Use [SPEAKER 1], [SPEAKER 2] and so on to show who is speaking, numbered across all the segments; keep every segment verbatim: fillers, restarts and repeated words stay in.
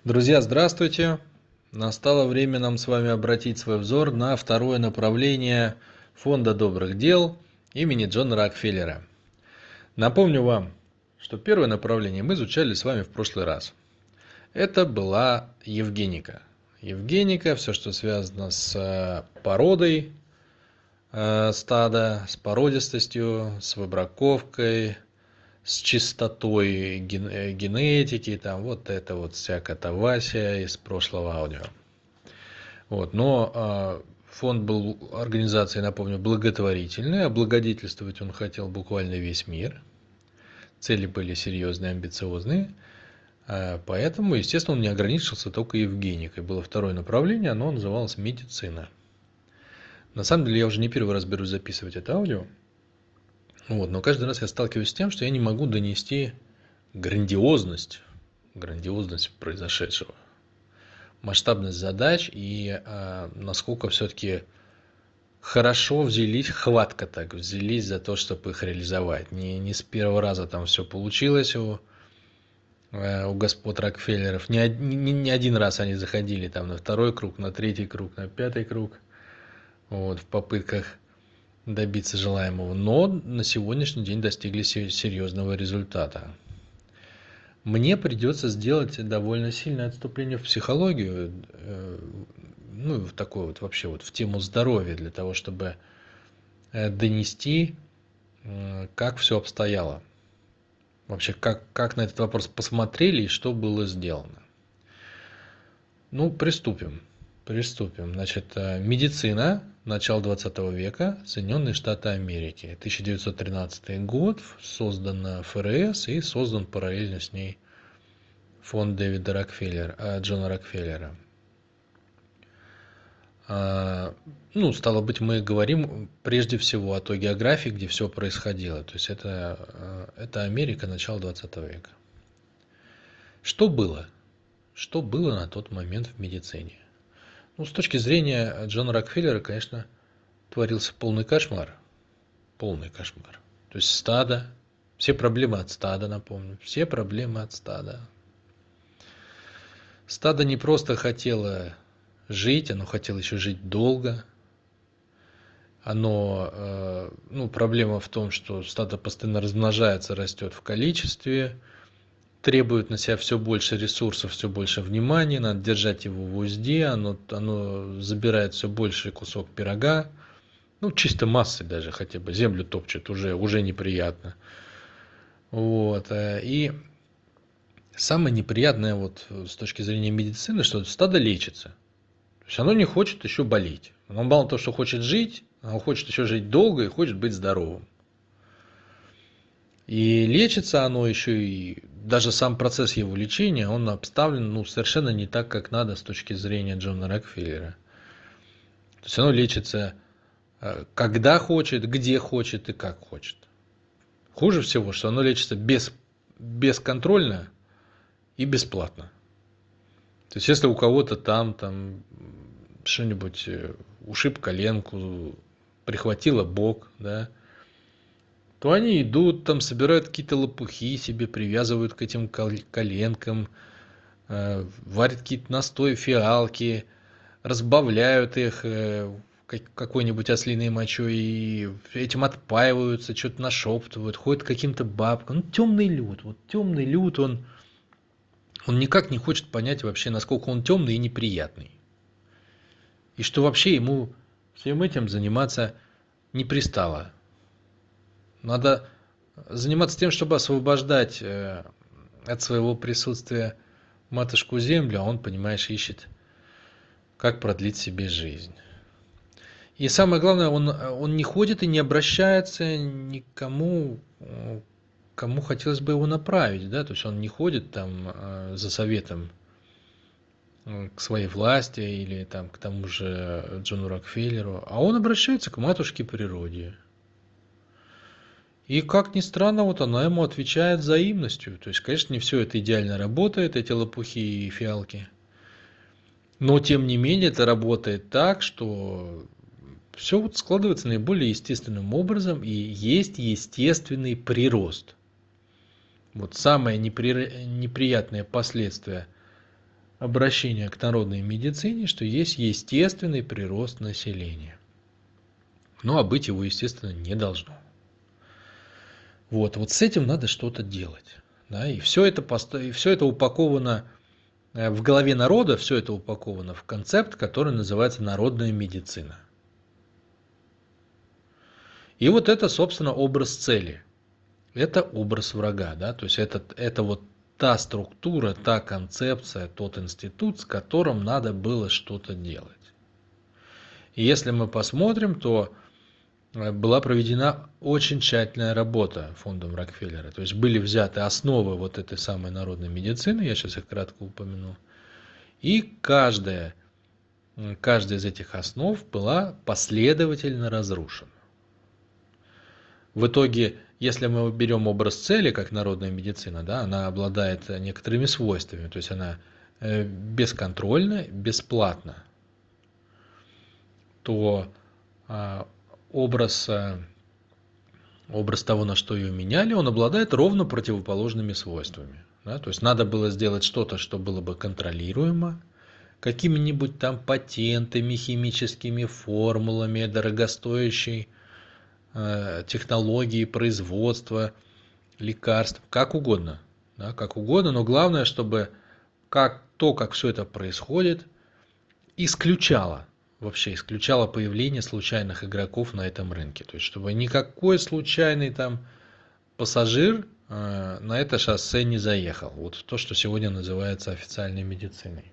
[SPEAKER 1] Друзья, здравствуйте! Настало время нам с вами обратить свой взор на второе направление Фонда добрых дел имени Джона Рокфеллера. Напомню вам, что первое направление мы изучали с вами в прошлый раз. Это была евгеника. Евгеника, все, что связано с породой э, стада, с породистостью, с выбраковкой, с чистотой ген- э, генетики, там вот это вот вся катавасия из прошлого аудио. Вот, но а, фонд был организацией, напомню, благотворительной, облагодетельствовать он хотел буквально весь мир. Цели были серьезные, амбициозные, а, поэтому, естественно, он не ограничился только евгеникой. Было второе направление, оно называлось медицина. На самом деле, я уже не первый раз берусь записывать это аудио, вот, но каждый раз я сталкиваюсь с тем, что я не могу донести грандиозность, грандиозность произошедшего, масштабность задач и э, насколько все-таки хорошо взялись, хватка так взялись за то, чтобы их реализовать. Не, не с первого раза там все получилось у, э, у господ Рокфеллеров. Не, не, не один раз они заходили там на второй круг, на третий круг, на пятый круг, вот, в попытках добиться желаемого. Но на сегодняшний день достигли серьезного результата. Мне придется сделать довольно сильное отступление в психологию, ну, в такой вот вообще вот в тему здоровья, для того, чтобы донести, как все обстояло. Вообще, как, как на этот вопрос посмотрели и что было сделано. Ну, приступим. Приступим. Значит, медицина, начало двадцатого века, Соединенные Штаты Америки. тысяча девятьсот тринадцатый год, создана эф эр эс и создан параллельно с ней фонд Дэвида Рокфеллера, Джона Рокфеллера. Ну, стало быть, мы говорим прежде всего о той географии, где все происходило. То есть это, это Америка начала двадцатого века. Что было? Что было на тот момент в медицине? Ну, с точки зрения Джона Рокфеллера, конечно, творился полный кошмар. Полный кошмар. То есть стадо, все проблемы от стада, напомню, все проблемы от стада. Стадо не просто хотело жить, оно хотело еще жить долго. Оно, ну, проблема в том, что стадо постоянно размножается, растет в количестве, требует на себя все больше ресурсов, все больше внимания, надо держать его в узде, оно, оно забирает все больший кусок пирога, ну, чисто массы даже хотя бы, землю топчет, уже, уже неприятно. Вот, и самое неприятное вот с точки зрения медицины, что стадо лечится. То есть оно не хочет еще болеть. Оно мало того, что хочет жить, оно хочет еще жить долго и хочет быть здоровым. И лечится оно еще и даже сам процесс его лечения, он обставлен, ну, совершенно не так, как надо с точки зрения Джона Рокфеллера. То есть оно лечится когда хочет, где хочет и как хочет. Хуже всего, что оно лечится без, бесконтрольно и бесплатно. То есть если у кого-то там, там что-нибудь, ушиб коленку, прихватило бок, да, то они идут, там собирают какие-то лопухи себе, привязывают к этим коленкам, э, варят какие-то настои, фиалки, разбавляют их э, какой-нибудь ослиной мочой и этим отпаиваются, что-то нашептывают, ходят к каким-то бабкам. Ну, темный люд, вот темный люд, он, он никак не хочет понять вообще, насколько он темный и неприятный. И что вообще ему всем этим заниматься не пристало. Надо заниматься тем, чтобы освобождать от своего присутствия матушку землю, а он, понимаешь, ищет, как продлить себе жизнь. И самое главное, он, он не ходит и не обращается никому, кому хотелось бы его направить. Да? То есть он не ходит там за советом к своей власти или там, к тому же Джону Рокфеллеру, а он обращается к матушке природе. И, как ни странно, вот она ему отвечает взаимностью. То есть, конечно, не все это идеально работает, эти лопухи и фиалки. Но, тем не менее, это работает так, что все вот складывается наиболее естественным образом, и есть естественный прирост. Вот самое непри... неприятное последствие обращения к народной медицине, что есть естественный прирост населения. Ну, а быть его, естественно, не должно. Вот, вот с этим надо что-то делать. Да, и все это, и все это упаковано в голове народа, все это упаковано в концепт, который называется народная медицина. И вот это, собственно, образ цели. Это образ врага, да, то есть это, это вот та структура, та концепция, тот институт, с которым надо было что-то делать. И если мы посмотрим, то была проведена очень тщательная работа фондом Рокфеллера. То есть были взяты основы вот этой самой народной медицины, я сейчас их кратко упомяну, и каждая, каждая из этих основ была последовательно разрушена. В итоге, если мы берем образ цели, как народная медицина, да, она обладает некоторыми свойствами, то есть она бесконтрольна, бесплатна, то образ, образ того, на что ее меняли, он обладает ровно противоположными свойствами. Да? То есть надо было сделать что-то, что было бы контролируемо, какими-нибудь там патентами, химическими формулами, дорогостоящей э, технологией производства лекарств, как угодно. Да? Как угодно, но главное, чтобы как, то, как все это происходит, исключало вообще исключало появление случайных игроков на этом рынке. То есть, чтобы никакой случайный там пассажир э, на это шоссе не заехал. Вот то, что сегодня называется официальной медициной.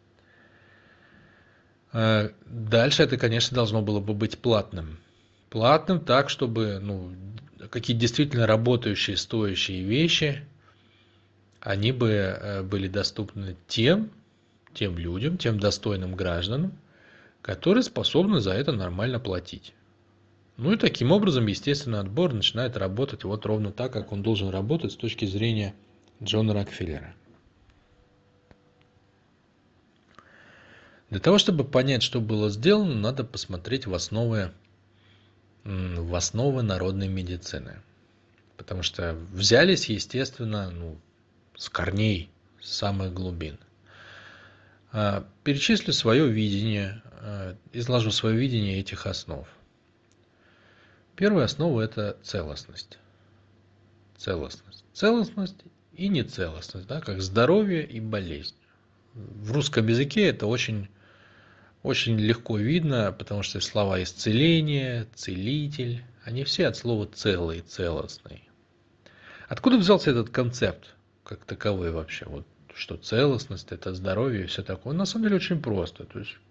[SPEAKER 1] Э, дальше это, конечно, должно было бы быть платным. Платным так, чтобы ну, какие действительно работающие, стоящие вещи, они бы э, были доступны тем, тем людям, тем достойным гражданам, которые способны за это нормально платить. Ну и таким образом, естественно, отбор начинает работать вот ровно так, как он должен работать с точки зрения Джона Рокфеллера. Для того, чтобы понять, что было сделано, надо посмотреть в основы, в основы народной медицины. Потому что взялись, естественно, ну, с корней, с самых глубин. Перечислю свое видение, изложу свое видение этих основ. Первая основа – это целостность. Целостность. Целостность и нецелостность, да, как здоровье и болезнь. В русском языке это очень, очень легко видно, потому что слова исцеление, целитель, они все от слова целый, целостный. Откуда взялся этот концепт, как таковой вообще? Вот, что целостность – это здоровье и все такое. На самом деле очень просто. То есть,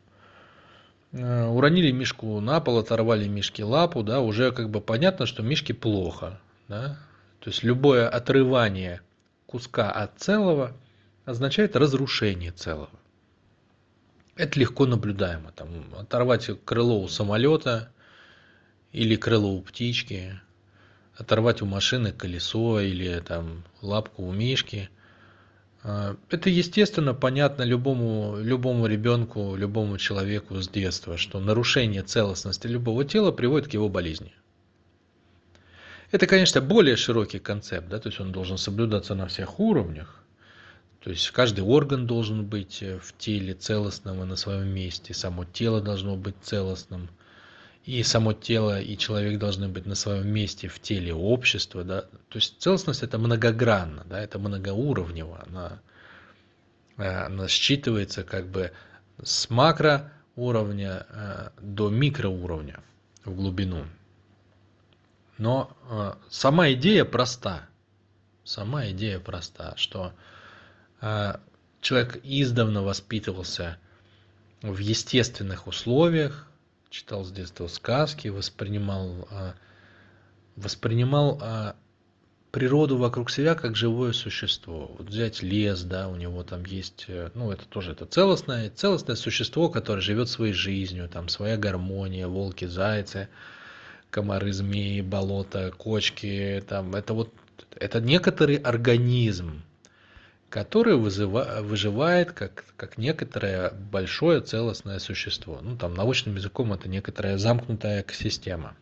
[SPEAKER 1] уронили мишку на пол, оторвали мишке лапу, да, уже как бы понятно, что мишке плохо. Да? То есть любое отрывание куска от целого означает разрушение целого. Это легко наблюдаемо. Там, оторвать крыло у самолета или крыло у птички, оторвать у машины колесо или там, лапку у мишки. Это естественно понятно любому, любому ребенку, любому человеку с детства, что нарушение целостности любого тела приводит к его болезни. Это, конечно, более широкий концепт, да, то есть он должен соблюдаться на всех уровнях. То есть каждый орган должен быть в теле целостным и на своем месте, само тело должно быть целостным, и само тело и человек должны быть на своем месте в теле общества. Да. То есть целостность это многогранно, да, это многоуровнево, она, она считывается как бы с макроуровня до микроуровня в глубину. Но э, сама идея проста. Сама идея проста, что э, человек издавна воспитывался в естественных условиях, читал с детства сказки, воспринимал, э, воспринимал э, природу вокруг себя как живое существо. Вот взять лес, да, у него там есть, ну это тоже это целостное, целостное существо, которое живет своей жизнью, там своя гармония, волки, зайцы. Комары, змеи, болота, кочки, там, это вот это некоторый организм, который вызыва, выживает как, как некоторое большое целостное существо. Ну, там, научным языком это некоторая замкнутая экосистема.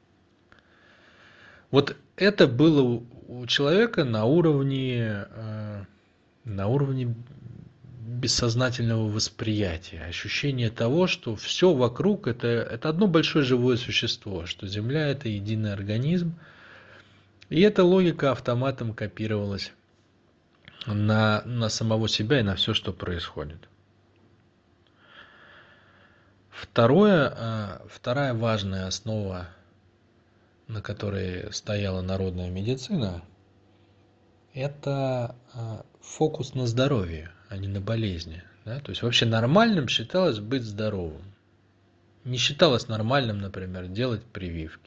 [SPEAKER 1] Вот это было у человека на уровне, э, на уровне бессознательного восприятия, ощущение того, что все вокруг это, это одно большое живое существо, что Земля это единый организм, и эта логика автоматом копировалась на, на самого себя и на все, что происходит. Второе, а, вторая важная основа, на которой стояла народная медицина, это а, фокус на здоровье, а не на болезни. Да? То есть вообще нормальным считалось быть здоровым. Не считалось нормальным, например, делать прививки.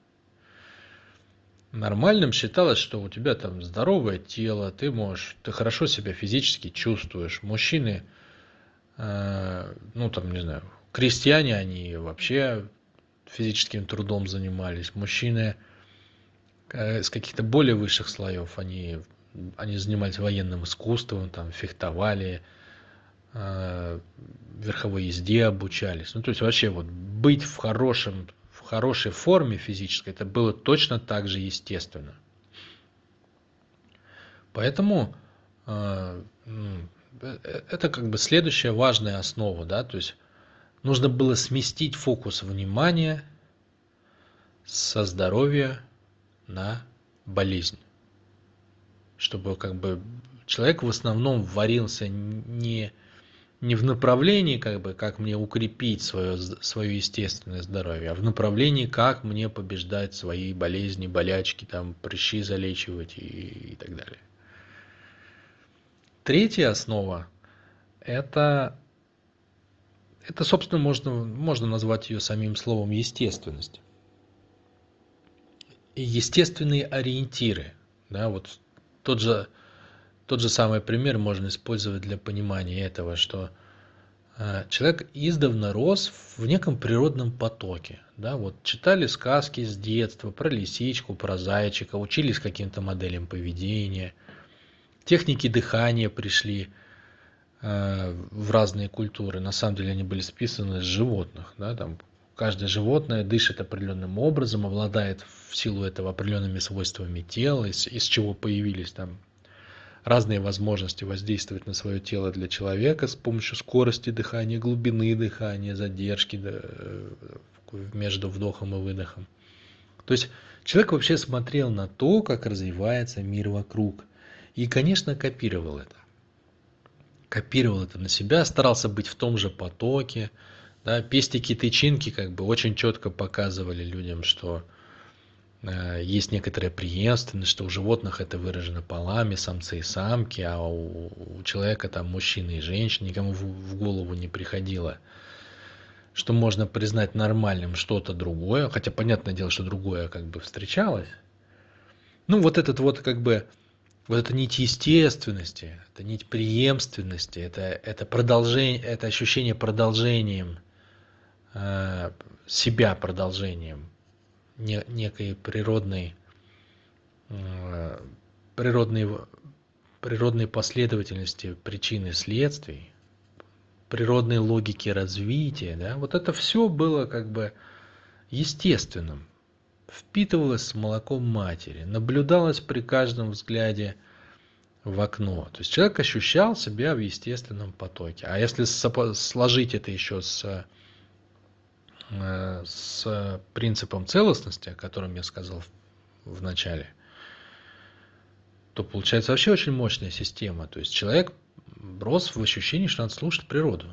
[SPEAKER 1] Нормальным считалось, что у тебя там здоровое тело, ты можешь, ты хорошо себя физически чувствуешь. Мужчины, э, ну там, не знаю, крестьяне, они вообще физическим трудом занимались. Мужчины э, с каких-то более высших слоев, они, они занимались военным искусством, там, фехтовали, э, верховой езде обучались. Ну, то есть вообще вот быть в хорошем, в хорошей форме физической, это было точно так же естественно. Поэтому э, это как бы следующая важная основа, да, то есть нужно было сместить фокус внимания со здоровья на болезнь, чтобы как бы человек в основном варился не не в направлении, как бы, как мне укрепить свое, свое естественное здоровье, а в направлении, как мне побеждать свои болезни, болячки, там, прыщи залечивать и, и так далее. Третья основа – это, это, собственно, можно, можно назвать ее самим словом естественность. И естественные ориентиры. Да, вот тот же, тот же самый пример можно использовать для понимания этого, что человек издавна рос в неком природном потоке. Да, вот читали сказки с детства про лисичку, про зайчика, учились каким-то моделям поведения. Техники дыхания пришли э, в разные культуры. На самом деле они были списаны с животных. Да, там каждое животное дышит определенным образом, обладает в силу этого определенными свойствами тела, из, из чего появились там разные возможности воздействовать на свое тело для человека с помощью скорости дыхания, глубины дыхания, задержки между вдохом и выдохом. То есть человек вообще смотрел на то, как развивается мир вокруг. И, конечно, копировал это. Копировал это на себя, старался быть в том же потоке. Да, пестики-тычинки как бы очень четко показывали людям, что есть некоторая преемственность, что у животных это выражено полами, самцы и самки, а у, у человека там мужчины и женщины, никому в, в голову не приходило, что можно признать нормальным что-то другое, хотя понятное дело, что другое как бы встречалось. Ну вот этот вот как бы, вот эта нить естественности, это нить преемственности, это, это продолжение, это ощущение продолжением, э, себя продолжением, некой природной, природной, природной последовательности причин и следствий, природной логики развития, да, вот это все было как бы естественным, впитывалось с молоком матери, наблюдалось при каждом взгляде в окно. То есть человек ощущал себя в естественном потоке. А если сложить это еще с с принципом целостности, о котором я сказал в начале, то получается вообще очень мощная система. То есть человек рос в ощущении, что надо слушать природу.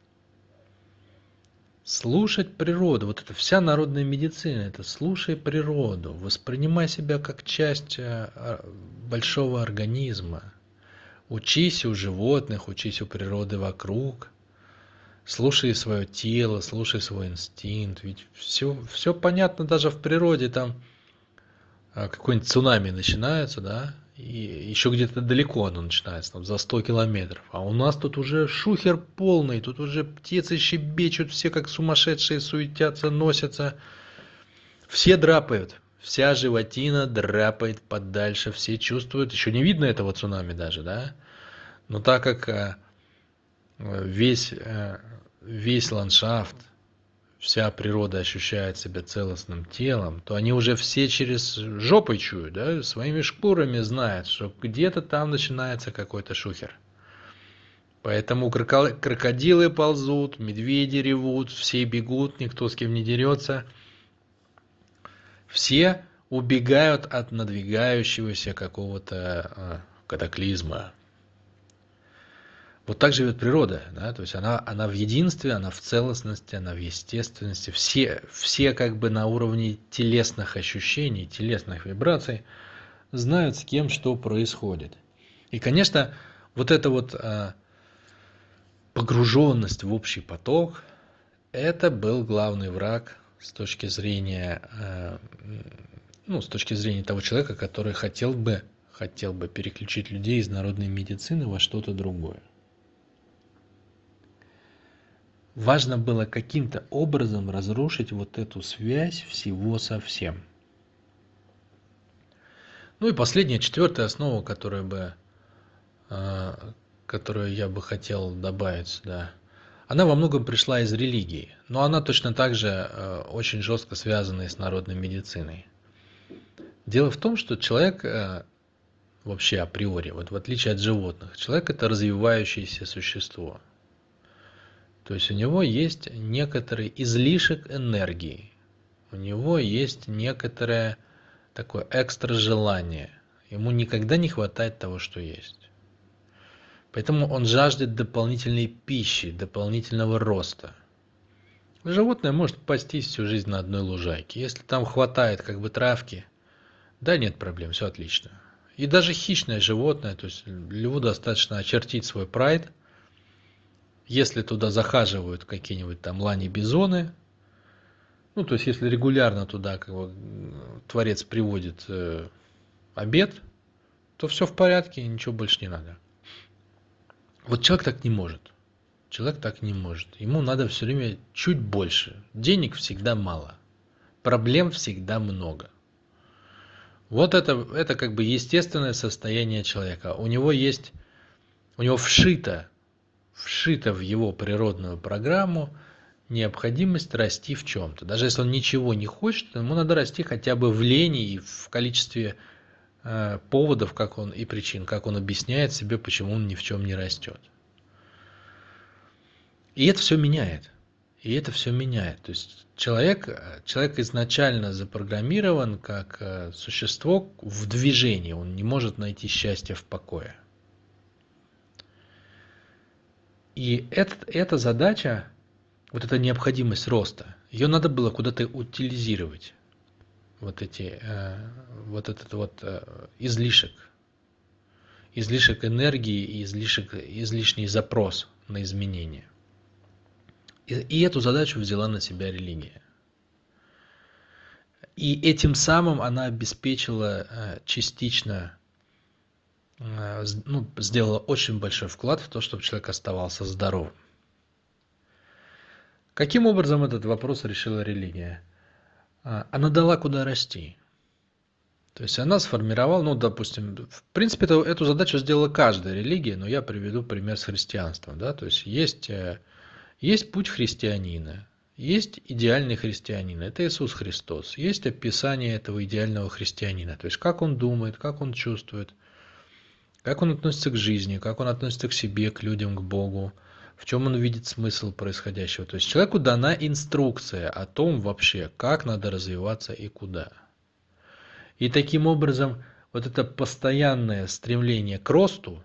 [SPEAKER 1] Слушать природу. Вот это вся народная медицина. Это слушай природу. Воспринимай себя как часть большого организма. Учись у животных, учись у природы вокруг. Слушай свое тело, слушай свой инстинкт. Ведь все, все понятно даже в природе. Там какой-нибудь цунами начинается, да, и еще где-то далеко оно начинается, там, за сто километров. А у нас тут уже шухер полный, тут уже птицы щебечут, все как сумасшедшие суетятся, носятся. Все драпают, вся животина драпает подальше, все чувствуют. Еще не видно этого цунами даже, да. Но так как весь, весь ландшафт, вся природа ощущает себя целостным телом, то они уже все через жопой чуют, да, своими шкурами знают, что где-то там начинается какой-то шухер. Поэтому кроко- крокодилы ползут, медведи ревут, все бегут, никто с кем не дерется. Все убегают от надвигающегося какого-то э, катаклизма. Вот так живет природа, да, то есть она, она в единстве, она в целостности, она в естественности. Все, все как бы на уровне телесных ощущений, телесных вибраций знают, с кем что происходит. И, конечно, вот эта вот а, погруженность в общий поток, это был главный враг с точки зрения, а, ну, с точки зрения того человека, который хотел бы, хотел бы переключить людей из народной медицины во что-то другое. Важно было каким-то образом разрушить вот эту связь всего со всем. Ну и последняя, четвертая основа, которую бы, э, которую я бы хотел добавить сюда, она во многом пришла из религии, но она точно так же э, очень жестко связана и с народной медициной. Дело в том, что человек э, вообще априори, вот в отличие от животных, человек это развивающееся существо. То есть у него есть некоторый излишек энергии, у него есть некоторое такое экстра желание. Ему никогда не хватает того, что есть. Поэтому он жаждет дополнительной пищи, дополнительного роста. Животное может пастись всю жизнь на одной лужайке. Если там хватает как бы травки, да, нет проблем, все отлично. И даже хищное животное, то есть льву достаточно очертить свой прайд. Если туда захаживают какие-нибудь там лани-бизоны, ну, то есть если регулярно туда как бы, творец приводит э, обед, то все в порядке, ничего больше не надо. Вот человек так не может. Человек так не может. Ему надо все время чуть больше. Денег всегда мало. Проблем всегда много. Вот это, это как бы естественное состояние человека. У него есть, у него вшито, вшито в его природную программу необходимость расти в чем-то. Даже если он ничего не хочет, ему надо расти хотя бы в лени и в количестве э, поводов, как он и причин, как он объясняет себе, почему он ни в чем не растет. И это все меняет. И это все меняет. То есть человек, человек изначально запрограммирован как э, существо в движении. Он не может найти счастье в покое. И этот, эта задача, вот эта необходимость роста, ее надо было куда-то утилизировать. Вот, эти, э, вот этот вот э, излишек. Излишек энергии и излишек, излишний запрос на изменения. И, и эту задачу взяла на себя религия. И этим самым она обеспечила э, частично, э, ну, сделала очень большой вклад в то, чтобы человек оставался здоровым. Каким образом этот вопрос решила религия? Она дала куда расти. То есть она сформировала, ну, допустим, в принципе, это, эту задачу сделала каждая религия, но я приведу пример с христианством. Да? То есть есть, есть путь христианина, есть идеальный христианин, это Иисус Христос. Есть описание этого идеального христианина, то есть как он думает, как он чувствует, как он относится к жизни, как он относится к себе, к людям, к Богу, в чем он видит смысл происходящего. То есть человеку дана инструкция о том вообще, как надо развиваться и куда. И таким образом вот это постоянное стремление к росту,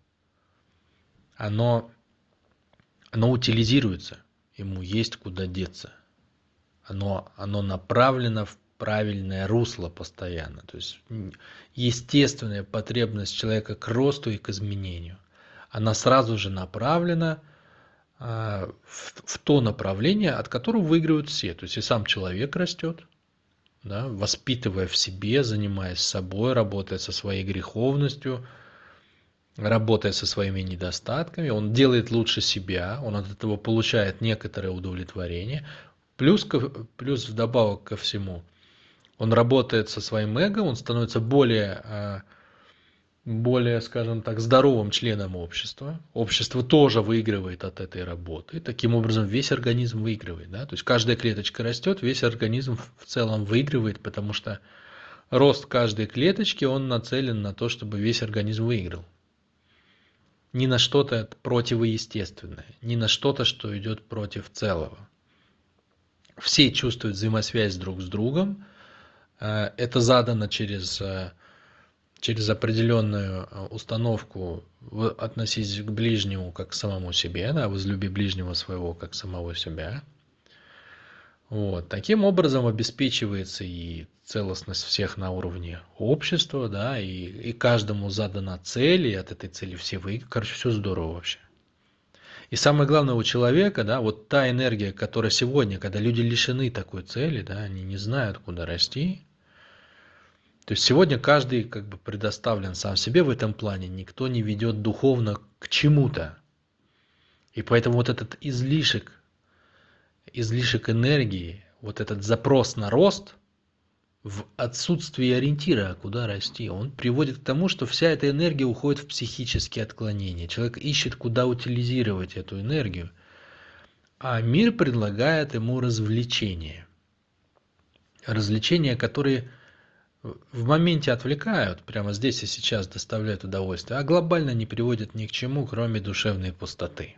[SPEAKER 1] оно, оно утилизируется, ему есть куда деться. Оно, оно направлено в правильное русло постоянно. То есть естественная потребность человека к росту и к изменению, она сразу же направлена а, в, в то направление, от которого выигрывают все. То есть и сам человек растет, да, воспитывая в себе, занимаясь собой, работая со своей греховностью, работая со своими недостатками, он делает лучше себя, он от этого получает некоторое удовлетворение, плюс, плюс вдобавок ко всему, он работает со своим эго, он становится более, более, скажем так, здоровым членом общества, общество тоже выигрывает от этой работы, таким образом весь организм выигрывает, да? То есть каждая клеточка растет, весь организм в целом выигрывает, потому что рост каждой клеточки, он нацелен на то, чтобы весь организм выиграл. ни на что-то противоестественное, ни на что-то, что идет против целого. Все чувствуют взаимосвязь друг с другом. Это задано через, через определенную установку относись к ближнему как к самому себе, да, возлюби ближнего своего как самого себя. Вот. Таким образом обеспечивается и целостность всех на уровне общества, да, и, и каждому задана цель, и от этой цели все выиграют. Короче, все здорово вообще. И самое главное у человека, да, вот та энергия, которая сегодня, когда люди лишены такой цели, да, они не знают, куда расти. То есть сегодня каждый как бы предоставлен сам себе в этом плане, никто не ведет духовно к чему-то. И поэтому вот этот излишек, излишек энергии, вот этот запрос на рост в отсутствии ориентира, куда расти, он приводит к тому, что вся эта энергия уходит в психические отклонения. Человек ищет, куда утилизировать эту энергию, а мир предлагает ему развлечения. Развлечения, которые в моменте отвлекают, прямо здесь и сейчас доставляют удовольствие, а глобально не приводят ни к чему, кроме душевной пустоты.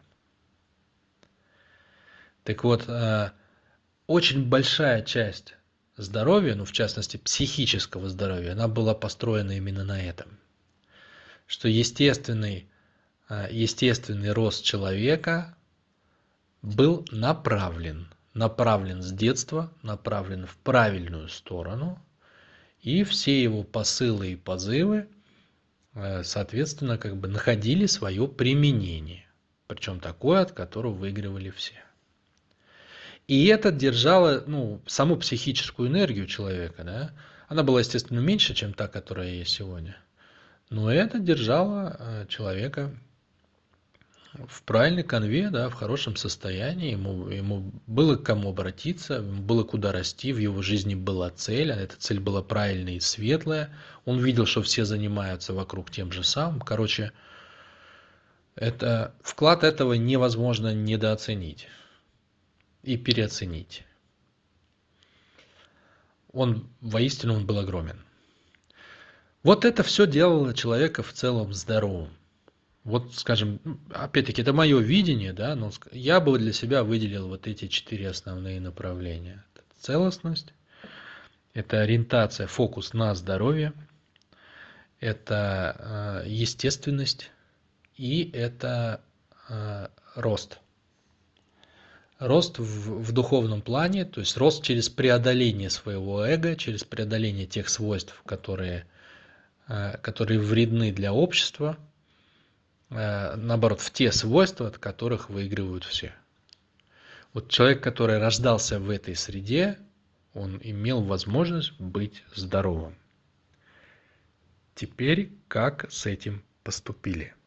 [SPEAKER 1] Так вот, очень большая часть здоровья, ну в частности психического здоровья, она была построена именно на этом. Что естественный, естественный рост человека был направлен, направлен с детства, направлен в правильную сторону, и все его посылы и позывы, соответственно, как бы находили свое применение, причем такое, от которого выигрывали все. И это держало, ну, саму психическую энергию человека, да, она была, естественно, меньше, чем та, которая есть сегодня, но это держало человека в правильной конве, да, в хорошем состоянии, ему, ему было к кому обратиться, ему было куда расти, в его жизни была цель, а эта цель была правильная и светлая, он видел, что все занимаются вокруг тем же самым, короче, это, вклад этого невозможно недооценить и переоценить. Он, воистину, он был огромен. Вот это все делало человека в целом здоровым. Вот, скажем, опять-таки, это мое видение, да, но я бы для себя выделил вот эти четыре основные направления. Это целостность, это ориентация, фокус на здоровье, это э, естественность и это э, рост. Рост в, в духовном плане, то есть рост через преодоление своего эго, через преодоление тех свойств, которые, э, которые вредны для общества, наоборот, в те свойства, от которых выигрывают все. Вот человек, который рождался в этой среде, он имел возможность быть здоровым. Теперь как с этим поступили?